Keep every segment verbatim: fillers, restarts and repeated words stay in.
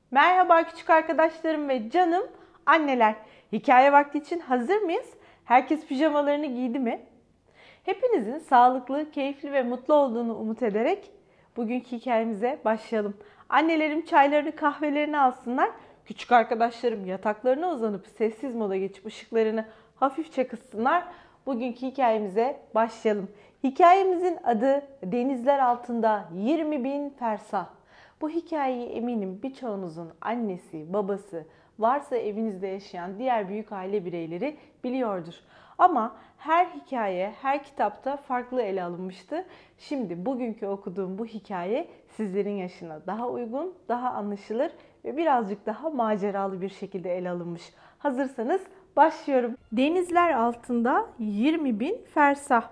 Merhaba küçük arkadaşlarım ve canım anneler. Hikaye vakti için hazır mıyız? Herkes pijamalarını giydi mi? Hepinizin sağlıklı, keyifli ve mutlu olduğunu umut ederek bugünkü hikayemize başlayalım. Annelerim çaylarını, kahvelerini alsınlar. Küçük arkadaşlarım yataklarına uzanıp sessiz moda geçip ışıklarını hafifçe kıssınlar. Bugünkü hikayemize başlayalım. Hikayemizin adı Denizler Altında yirmi bin Fersah. Bu hikayeyi eminim birçoğunuzun annesi, babası, varsa evinizde yaşayan diğer büyük aile bireyleri biliyordur. Ama her hikaye, her kitapta farklı ele alınmıştı. Şimdi bugünkü okuduğum bu hikaye sizlerin yaşına daha uygun, daha anlaşılır ve birazcık daha maceralı bir şekilde ele alınmış. Hazırsanız başlıyorum. Denizler altında yirmi bin fersah.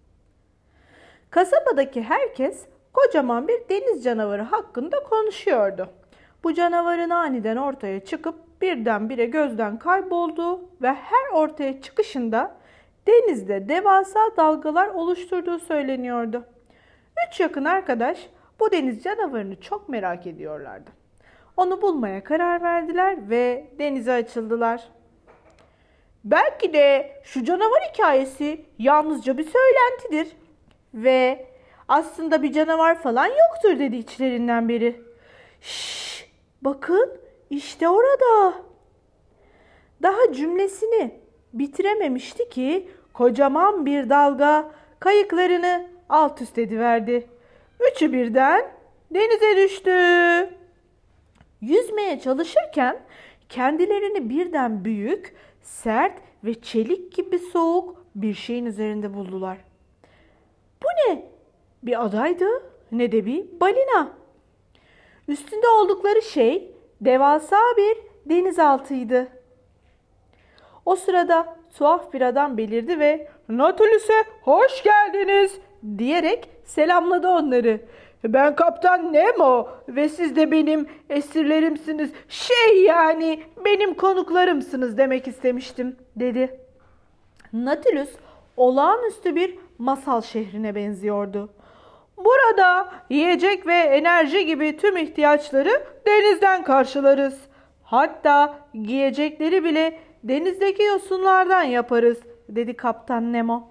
Kasabadaki herkes kocaman bir deniz canavarı hakkında konuşuyordu. Bu canavarın aniden ortaya çıkıp birdenbire gözden kaybolduğu ve her ortaya çıkışında denizde devasa dalgalar oluşturduğu söyleniyordu. Üç yakın arkadaş bu deniz canavarını çok merak ediyorlardı. Onu bulmaya karar verdiler ve denize açıldılar. Belki de şu canavar hikayesi yalnızca bir söylentidir ve aslında bir canavar falan yoktur dedi içlerinden biri. Şşş, bakın işte orada. Daha cümlesini bitirememişti ki kocaman bir dalga kayıklarını alt üst ediverdi. Üçü birden denize düştü. Yüzmeye çalışırken kendilerini birden büyük, sert ve çelik gibi soğuk bir şeyin üzerinde buldular. Bu ne? Bir adaydı ne de bir balina. Üstünde oldukları şey devasa bir denizaltıydı. O sırada tuhaf bir adam belirdi ve "Nautilus'e hoş geldiniz" diyerek selamladı onları. "Ben Kaptan Nemo ve siz de benim esirlerimsiniz. Şey yani benim konuklarımsınız demek istemiştim" dedi. Nautilus olağanüstü bir masal şehrine benziyordu. Burada yiyecek ve enerji gibi tüm ihtiyaçları denizden karşılarız. Hatta giyecekleri bile denizdeki yosunlardan yaparız, dedi Kaptan Nemo.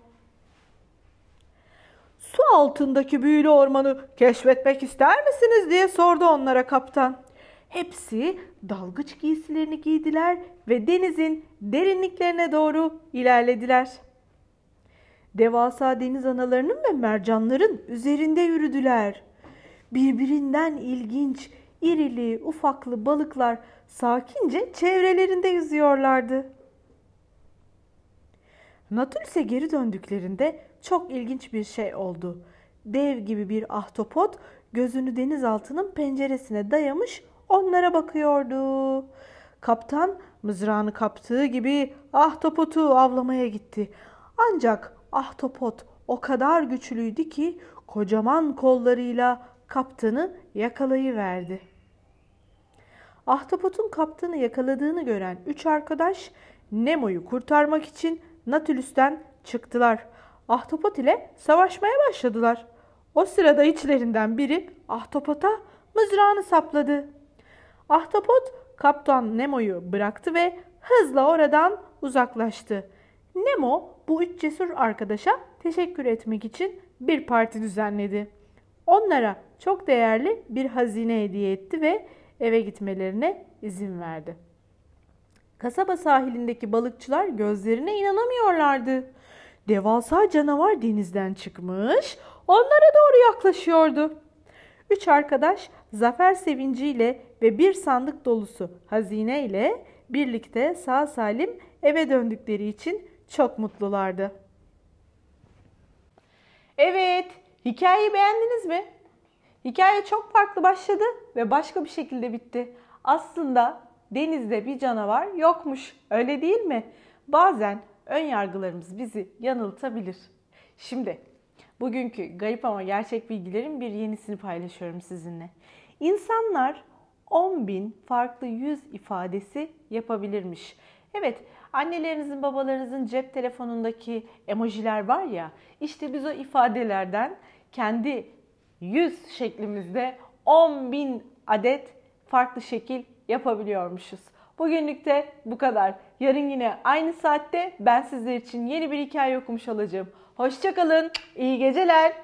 Su altındaki büyülü ormanı keşfetmek ister misiniz diye sordu onlara kaptan. Hepsi dalgıç giysilerini giydiler ve denizin derinliklerine doğru ilerlediler. Devasa deniz analarının ve mercanların üzerinde yürüdüler. Birbirinden ilginç, irili, ufaklı balıklar sakince çevrelerinde yüzüyorlardı. Nautilus'e geri döndüklerinde çok ilginç bir şey oldu. Dev gibi bir ahtapot gözünü denizaltının penceresine dayamış onlara bakıyordu. Kaptan mızrağını kaptığı gibi ahtapotu avlamaya gitti. Ancak ahtapot o kadar güçlüydü ki kocaman kollarıyla kaptanı yakalayıverdi. Ahtapotun kaptanı yakaladığını gören üç arkadaş Nemo'yu kurtarmak için Nautilus'ten çıktılar. Ahtapot ile savaşmaya başladılar. O sırada içlerinden biri ahtapota mızrağını sapladı. Ahtapot Kaptan Nemo'yu bıraktı ve hızla oradan uzaklaştı. Nemo bu üç cesur arkadaşa teşekkür etmek için bir parti düzenledi. Onlara çok değerli bir hazine hediye etti ve eve gitmelerine izin verdi. Kasaba sahilindeki balıkçılar gözlerine inanamıyorlardı. Devasa canavar denizden çıkmış, onlara doğru yaklaşıyordu. Üç arkadaş zafer sevinciyle ve bir sandık dolusu hazineyle birlikte sağ salim eve döndükleri için çok mutlulardı. Evet, hikayeyi beğendiniz mi? Hikaye çok farklı başladı ve başka bir şekilde bitti. Aslında denizde bir canavar yokmuş, öyle değil mi? Bazen ön yargılarımız bizi yanıltabilir. Şimdi bugünkü garip ama gerçek bilgilerin bir yenisini paylaşıyorum sizinle. İnsanlar on bin farklı yüz ifadesi yapabilirmiş. Evet, annelerinizin, babalarınızın cep telefonundaki emojiler var ya, işte biz o ifadelerden kendi yüz şeklimizde on bin adet farklı şekil yapabiliyormuşuz. Bugünlük de bu kadar. Yarın yine aynı saatte ben sizler için yeni bir hikaye okumuş olacağım. Hoşça kalın, iyi geceler.